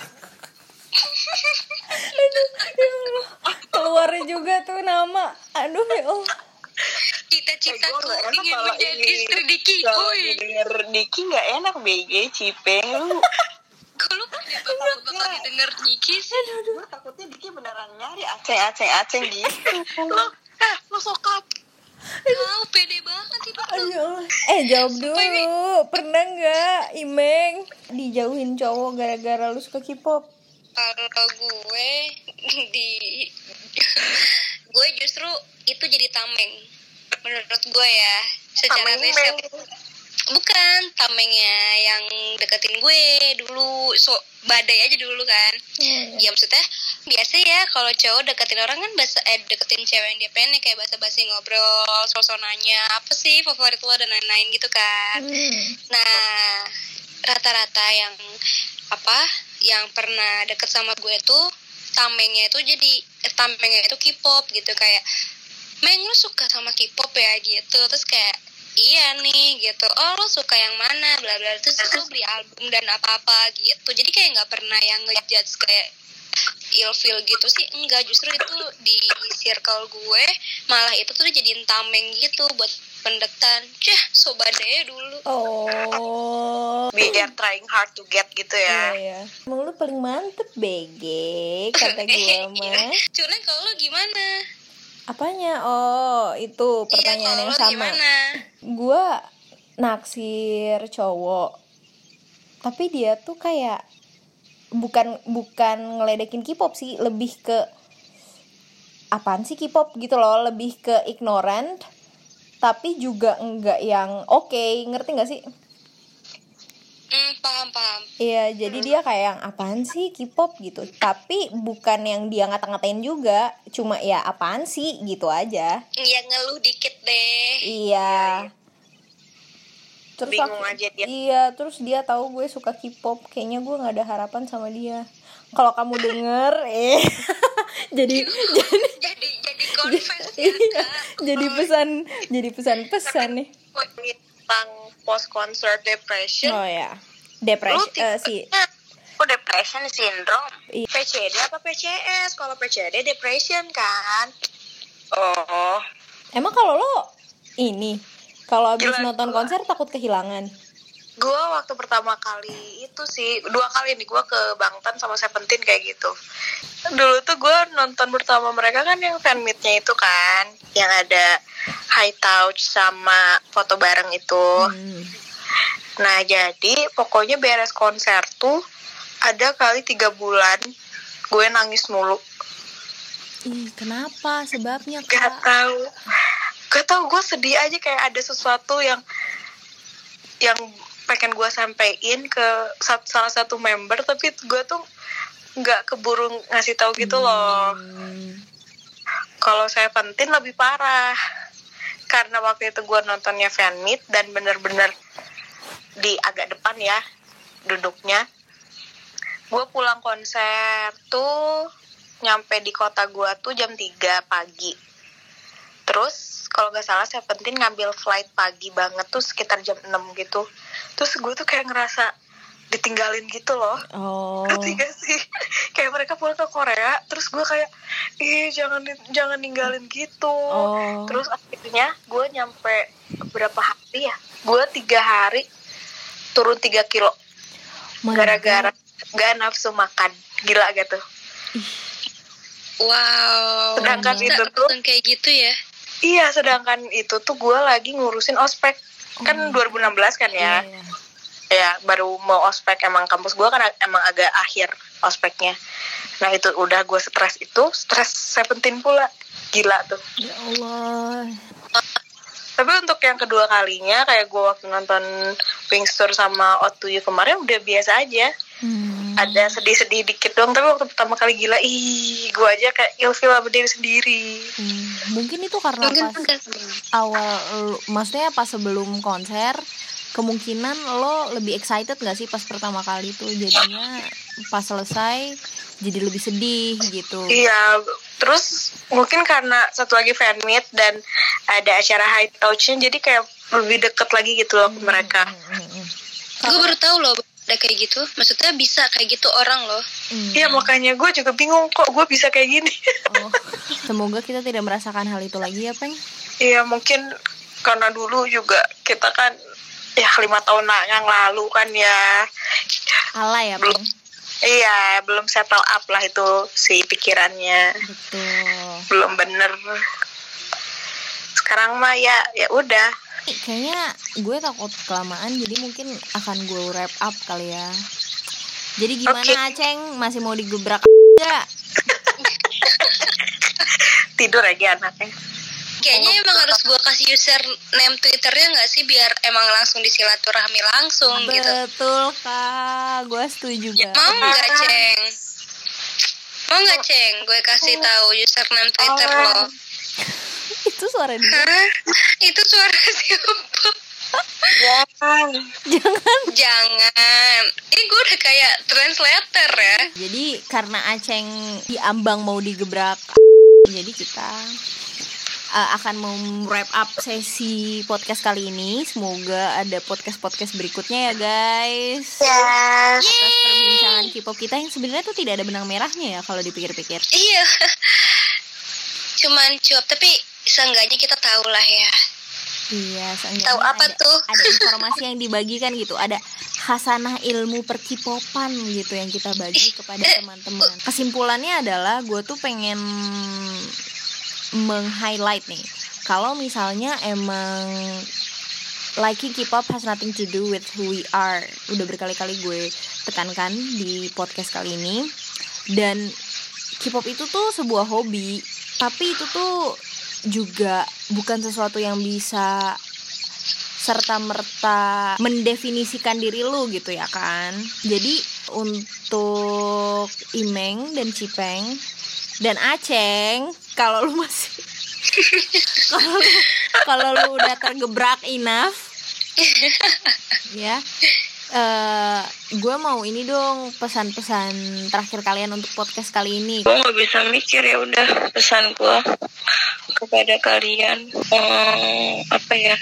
Aduh, ya Allah. Keluar juga tuh nama. Aduh, ya Allah. Cita-citaku Eh, gua nggak enak ingin kalau menjadi ini. istri Diki. Kalau Kuy. denger Diki nggak enak B G Cipeng lu. Kalau kenapa bakal didengar Diki sih? Gue takutnya Diki beneran nyari aceng aceng aceng gitu. Lo, eh, lo sokap. Wow, pede banget itu. Aduh, ya Allah. Eh, jawab dulu. Pernah nggak, Imeng, dijauhin cowok gara-gara lu suka K-pop? Kalau gue di gue justru itu jadi tameng menurut gue ya secara Tameng, riset. Meng. Bukan tamengnya yang deketin gue dulu, so badai aja dulu kan. Hmm. Ya maksudnya biasa ya kalau cowok deketin orang kan basa, eh, deketin cewek yang dia pengen kayak basa-basi ngobrol, sosok nanya apa sih favorit lo dan lain-lain gitu kan. Hmm. Nah, rata-rata yang apa yang pernah deket sama gue tuh tamengnya itu jadi eh, tamengnya itu K-pop gitu, kayak Meng lu suka sama K-pop ya gitu, terus kayak iya nih gitu, oh lo suka yang mana bla bla, terus lo beli album dan apa apa gitu. Jadi kayak nggak pernah yang ngejudge kayak ilfeel gitu sih, enggak, justru itu di circle gue malah itu tuh jadiin tameng gitu buat pendeketan. Cah, sobadanya dulu. Oh. Biar trying hard to get gitu Iya, ya. ya. Emang lu paling mantep, B G, kata gue mah. Cuman kalau lo gimana? Apanya? Oh, itu pertanyaan Iya, yang kalau lo sama. gimana? Gue naksir cowok, tapi dia tuh kayak bukan bukan ngeledekin K-pop sih, lebih ke apaan sih K-pop gitu loh, lebih ke ignorant, tapi juga enggak yang oke, okay, ngerti nggak sih? Hmm, paham paham. Iya, jadi dia kayak yang apaan sih K-pop gitu. Tapi bukan yang dia ngata-ngatain juga, cuma ya apaan sih gitu aja. Ya ngeluh dikit deh. Iya. Terus Bingung aku- aja dia. Iya, terus dia tahu gue suka K-pop, kayaknya gue nggak ada harapan sama dia. Kalau kamu denger, eh, jadi jadi Jadi jadi confess ya iya, Kak. jadi pesan, jadi pesan-pesan nih. Tentang post concert depression. Oh ya, depresi Lu eh, si tipenya oh, depression syndrome. Iya. P C D apa P C S? Kalau P C D depression kan. Oh. emang kalau lo ini kalau habis Gila, nonton gua. konser takut kehilangan. Gue waktu pertama kali itu sih dua kali nih gue ke Bangtan sama Seventeen kayak gitu. Dulu tuh gue nonton pertama mereka kan yang fan meet-nya itu kan, yang ada high touch sama foto bareng itu. Hmm. Nah jadi pokoknya beres konser tuh ada kali tiga bulan gue nangis mulu. Ih, kenapa? Sebabnya Gak Kak? tahu, gak tahu gue sedih aja kayak ada sesuatu yang yang pengen gue sampein ke sat- salah satu member tapi gue tuh nggak keburu ngasih tahu gitu loh. Hmm. Kalau Seventeen lebih parah karena waktu itu gue nontonnya fan meet dan bener-bener di agak depan ya duduknya. Gue pulang konser tuh nyampe di kota gue tuh jam tiga pagi. Terus kalau nggak salah Seventeen ngambil flight pagi banget tuh sekitar jam enam gitu. Terus gue tuh kayak ngerasa ditinggalin gitu loh. Oh. Ngerti gak sih? Kayak mereka pulang ke Korea, terus gue kayak, ih jangan jangan ninggalin gitu. Oh. Terus akhirnya gue nyampe berapa hari ya? Gue tiga hari turun tiga kilo My gara-gara God. gak nafsu makan. Gila gitu. Wow. Sedangkan Bisa itu tuh, langsung kayak gitu ya. iya sedangkan itu tuh gue lagi ngurusin ospek. Kan Oh. dua ribu enam belas kan ya. Iya, iya. Ya baru mau ospek, emang kampus gue kan emang agak akhir ospeknya. Nah itu udah gue stres itu, stres Seventeen pula. Gila tuh. Ya Allah. Tapi untuk yang kedua kalinya kayak gue waktu nonton Wings Tour sama O two U kemarin udah biasa aja. Hmm. Ada sedih-sedih dikit doang, tapi waktu pertama kali gila, ih gue aja kayak ilfil sama diri sendiri. Hmm. Mungkin itu karena Mungkin pas enggak. awal, maksudnya pas sebelum konser, kemungkinan lo lebih excited gak sih pas pertama kali tuh, jadinya pas selesai jadi lebih sedih gitu. Iya, terus mungkin karena satu lagi fan meet dan ada acara high touch-nya, jadi kayak lebih deket lagi gitu loh ke mereka. Hmm, hmm, hmm. Gue baru tahu loh ada kayak gitu. Maksudnya bisa kayak gitu orang loh. Hmm. Iya, makanya gue juga bingung kok gue bisa kayak gini. Oh. Semoga kita tidak merasakan hal itu lagi ya, Peng. Iya, mungkin karena dulu juga kita kan ya lima tahun yang lalu kan ya. Alay ya, Belum. Peng. Iya, belum settle up lah itu si pikirannya. Betul. Belum bener. Sekarang mah ya ya udah. Kayaknya gue takut kelamaan, jadi mungkin akan gue wrap up kali ya. Jadi gimana, Oke. Aceng? Masih mau digebrak enggak? Tidur aja anaknya. Kayaknya emang harus gue kasih username Twitternya nggak sih biar emang langsung disilaturahmi langsung gitu. Betul, Kak. Gue setuju banget. Mau nggak Ceng? Mau nggak Ceng? Gue kasih tahu username Twitter Oh. lo. Itu suara dia. Hah? Itu suara siapa? Jangan. Jangan. Jangan. Ini gue udah kayak translator ya. Jadi karena Aceng diambang mau digebrak, jadi kita uh, akan mau wrap up sesi podcast kali ini. Semoga ada podcast-podcast berikutnya ya, guys. Yes. Atas perbincangan K-pop kita yang sebenarnya tuh tidak ada benang merahnya ya kalau dipikir-pikir. Iya. Cuman cuap, tapi seenggaknya kita tahu lah ya. Iya, seenggaknya Tahu apa ada, tuh? ada informasi yang dibagikan gitu, ada khasanah ilmu perkipopan gitu yang kita bagi kepada teman-teman. Kesimpulannya adalah gue tuh pengen meng-highlight nih, kalau misalnya emang liking K-pop has nothing to do with who we are. Udah berkali-kali gue tekankan di podcast kali ini. Dan K-pop itu tuh sebuah hobi, tapi itu tuh juga bukan sesuatu yang bisa serta-merta mendefinisikan diri lu gitu ya kan. Jadi untuk Imeng dan Cipeng dan Aceng, kalau lu masih kalau lu, kalau lu udah tergebrak enough ya, uh, gue mau ini dong pesan-pesan terakhir kalian untuk podcast kali ini. Gue nggak bisa mikir, ya udah pesan gue kepada kalian, hmm, apa ya?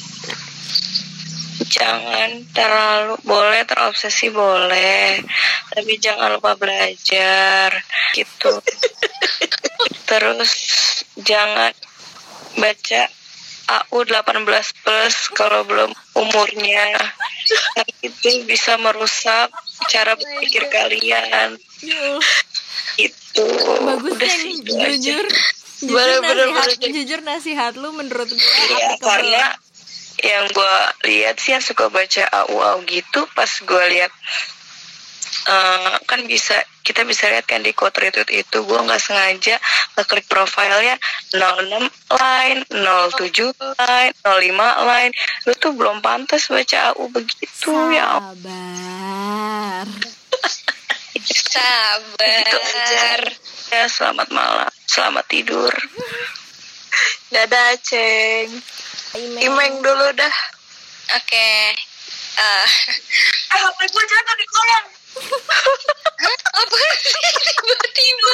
Jangan terlalu, boleh terobsesi boleh, tapi jangan lupa belajar gitu. Terus jangan baca A U delapan belas plus kalau belum umurnya. Itu bisa merusak cara berpikir kalian. Itu bagus kan, jujur. Jujur, bener, nasihat, bener, jujur nasihat lu menurut gue iya, karena yang gue lihat sih yang suka baca A U A U gitu, pas gue lihat uh, kan bisa kita bisa lihat kan di quote retweet itu, gue nggak sengaja ngeklik profilnya nol enam line, nol tujuh line, nol lima line. Lu tuh belum pantas baca A U begitu. Sabar. Ya. Sabar. Gitu aja. Ya, selamat malam, selamat tidur. Dadah, Ceng. Imeng. Imeng dulu dah. Oke. Okay. Uh. Ah, H P gue jatuh di kolam. Hah? Apa sih? Tiba-tiba.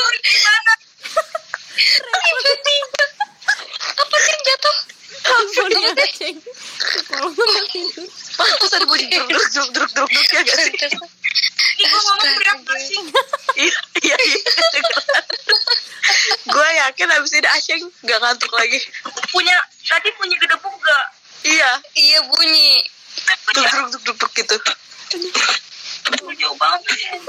Tiba-tiba. Apa sih yang jatuh? Handphonenya Aceng. Kalau nggak tidur. Terus ada bunyi druk druk druk druk druk druk ya gak sih? Ih, gue ngomong berat gak sih? Iya, iya, iya. Gue yakin abis ini Aceng gak ngantuk lagi. Punya, tadi punya gedebuk gak? Iya. Iya bunyi. Druk druk druk druk druk gitu. Jauh banget.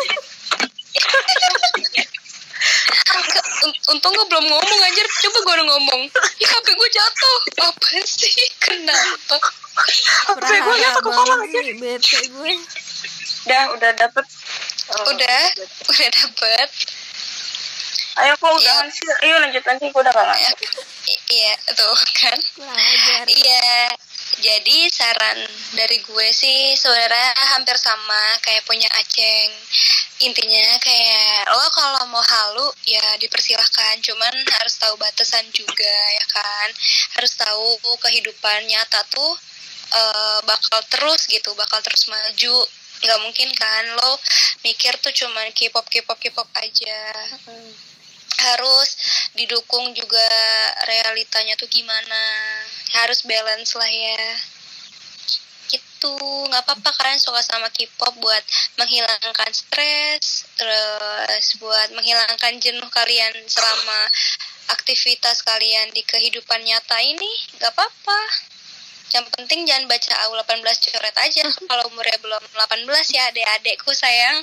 Untung gue belum ngomong anjir. Coba gue udah ngomong. Ih, H P gue jatuh. Apa sih? Kenapa? H P gue jatuh ke kolam aja. Bete gue. Udah, udah dapet. Oh, udah, udah dapet. Ayo kok udahan sih. Ayo lanjut lagi, gue udah gak ngantuk. I- Iya, tuh kan. Belajar. Iya. Jadi saran dari gue sih sebenarnya hampir sama kayak punya Aceng. Intinya kayak lo kalau mau halu ya dipersilahkan, cuman harus tahu batasan juga ya kan. Harus tahu kehidupan nyata tuh uh, bakal terus gitu, bakal terus maju. Nggak mungkin kan lo mikir tuh cuman K-pop K-pop K-pop aja. Hmm. Harus didukung juga realitanya tuh gimana, harus balance lah ya gitu. Nggak apa-apa kalian suka sama K-pop buat menghilangkan stres, terus buat menghilangkan jenuh kalian selama aktivitas kalian di kehidupan nyata ini, nggak apa-apa. Yang penting jangan baca A U delapan belas coret aja kalau umurnya belum delapan belas ya adik-adikku sayang.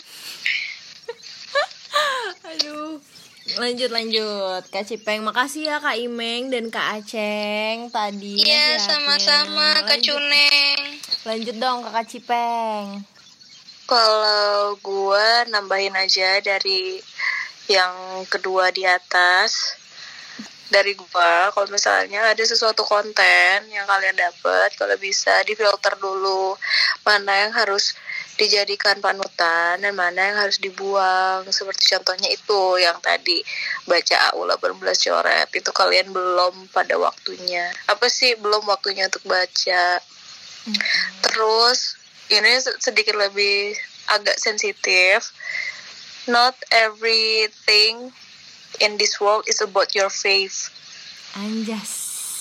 Aduh. Lanjut lanjut Kak Cipeng. Makasih ya Kak Imeng dan Kak Aceng tadi. Iya sama-sama Kak Cuneng. Lanjut dong Kak Cipeng. Kalau gue nambahin aja dari yang kedua di atas. Dari gue, kalau misalnya ada sesuatu konten yang kalian dapat, kalau bisa difilter dulu mana yang harus dijadikan panutan dan mana yang harus dibuang. Seperti contohnya itu yang tadi baca A U delapan belas coret, itu kalian belum pada waktunya. Apa sih belum waktunya untuk baca. Mm-hmm. Terus ini sedikit lebih agak sensitif. Not everything in this world is about your faith. Anjas.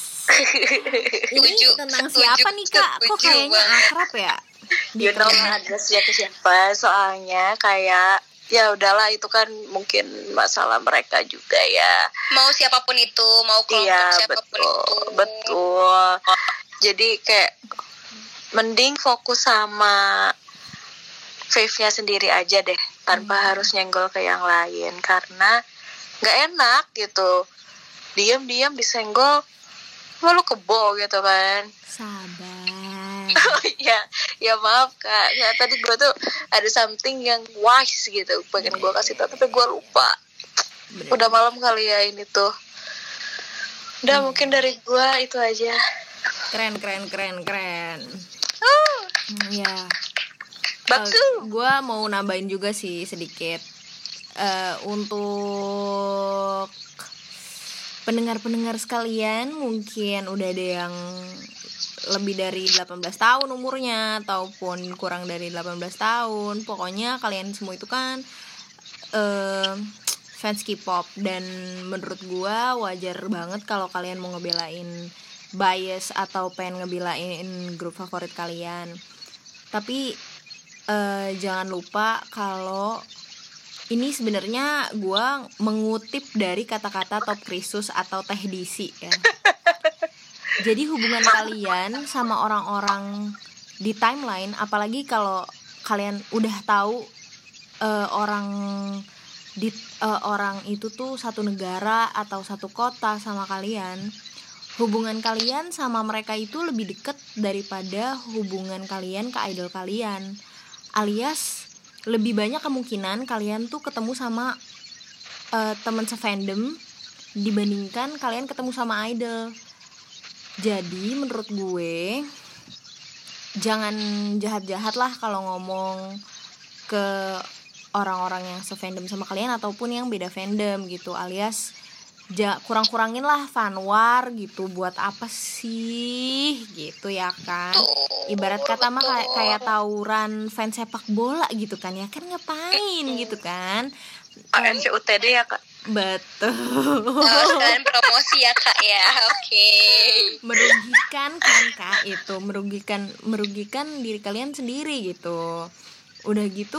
Ini tentang siapa nih Kak? Kok kayaknya akrab ya? You know ada siapa siapa. Soalnya kayak ya udahlah itu kan mungkin masalah mereka juga ya. Mau siapapun itu, mau kelompok iya, siapapun betul, itu. Betul. Jadi kayak mending fokus sama faith-nya sendiri aja deh, tanpa hmm. harus nyenggol ke yang lain, karena nggak enak gitu. Diam-diam disenggol, malu kebo gitu kan. Sabar. Oh iya, ya maaf Kak. Ya, tadi gue tuh ada something yang wise gitu, pengen gue kasih tau, tapi gue lupa. Udah malam kali ya ini tuh. Udah hmm. mungkin dari gue itu aja. Keren keren keren keren. Uh, Ya. Baksu. Uh, gue mau nambahin juga sih sedikit uh, untuk pendengar-pendengar sekalian, mungkin udah ada yang lebih dari delapan belas tahun umurnya ataupun kurang dari delapan belas tahun. Pokoknya kalian semua itu kan uh, fans K-pop, dan menurut gue wajar banget kalau kalian mau ngebelain bias atau pengen ngebelain grup favorit kalian. Tapi uh, jangan lupa kalau ini sebenarnya gue mengutip dari kata-kata Top Krisus atau Teh Disi ya. Jadi hubungan kalian sama orang-orang di timeline, apalagi kalau kalian udah tahu uh, orang di uh, orang itu tuh satu negara atau satu kota sama kalian, hubungan kalian sama mereka itu lebih deket daripada hubungan kalian ke idol kalian. Alias lebih banyak kemungkinan kalian tuh ketemu sama uh, teman se-fandom dibandingkan kalian ketemu sama idol. Jadi menurut gue jangan jahat-jahat lah kalau ngomong ke orang-orang yang se-fandom sama kalian ataupun yang beda fandom gitu. Alias ja, kurang-kurangin lah fanwar gitu, buat apa sih gitu ya kan. Ibarat kata mah kayak, kayak tawuran fans sepak bola gitu kan ya kan, ngapain gitu kan. A N C U T D ya kak. Betul. Oh, sekalian promosi ya kak ya. Oke. Okay. Merugikan kan kak, itu merugikan merugikan diri kalian sendiri gitu. Udah gitu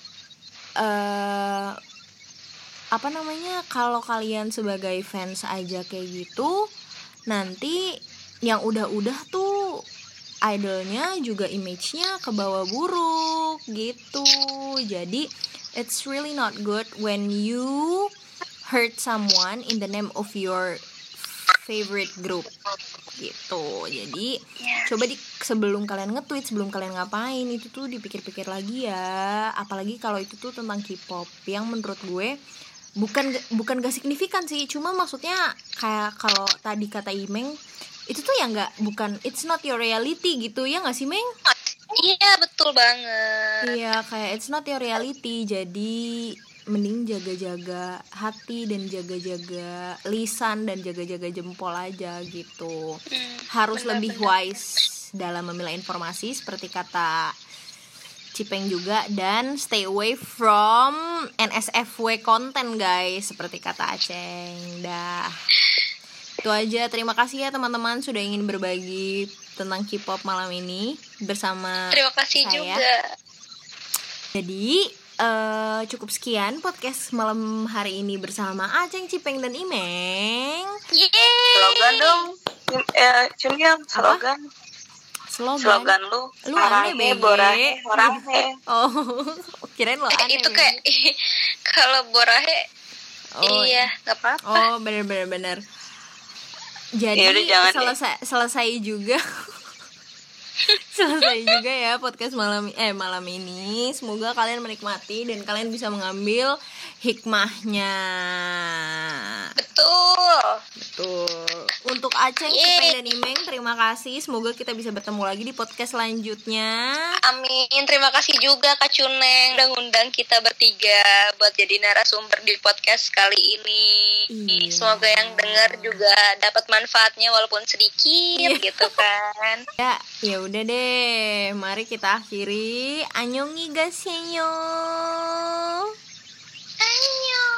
uh, apa namanya, kalau kalian sebagai fans aja kayak gitu, nanti yang udah-udah tuh idolnya juga image-nya kebawa buruk gitu. Jadi it's really not good when you hurt someone in the name of your favorite group gitu. Jadi Yes. coba di, sebelum kalian nge-tweet, sebelum kalian ngapain, itu tuh dipikir-pikir lagi ya. Apalagi kalau itu tuh tentang K-pop, yang menurut gue bukan bukan gak signifikan sih, cuma maksudnya kayak kalau tadi kata Imeng, itu tuh ya nggak, bukan, it's not your reality gitu ya nggak sih Meng? Iya betul banget. Iya, kayak it's not your reality. Jadi mending jaga-jaga hati dan jaga-jaga lisan dan jaga-jaga jempol aja gitu. Hmm, Harus benar, lebih benar. wise dalam memilah informasi seperti kata Cipeng juga, dan stay away from N S F W content guys, seperti kata Aceng. Dah. Itu aja, terima kasih ya teman-teman sudah ingin berbagi tentang K-pop malam ini bersama Terima kasih saya. juga. Jadi uh, cukup sekian podcast malam hari ini bersama Aceng, Cipeng, dan Imeng. Yeay. Slogan dong. Eh, Cuniam, slogan. Slogan, Slogan lu. Lu aneh, Arahe, Bege. borahe, orahe. Oh, kirain lo Eh, aneh. itu Bege. kayak kalau Borahe Oh, iya nggak apa-apa. Oh, benar-benar benar. Jadi Yaudah, jangan deh. selesai selesai juga. Selesai juga ya podcast malam eh malam ini. Semoga kalian menikmati dan kalian bisa mengambil hikmahnya. Betul. Betul. Untuk Aceng, Yeay. Cipeng, dan Imeng, terima kasih. Semoga kita bisa bertemu lagi di podcast selanjutnya. Amin. Terima kasih juga Kak Cuneng udah ngundang kita bertiga buat jadi narasumber di podcast kali ini. Iya. Semoga yang dengar juga dapat manfaatnya walaupun sedikit Iya. gitu kan. Ya, ya udah deh. Mari kita akhiri. Annyeonghaseyo. Annyeong.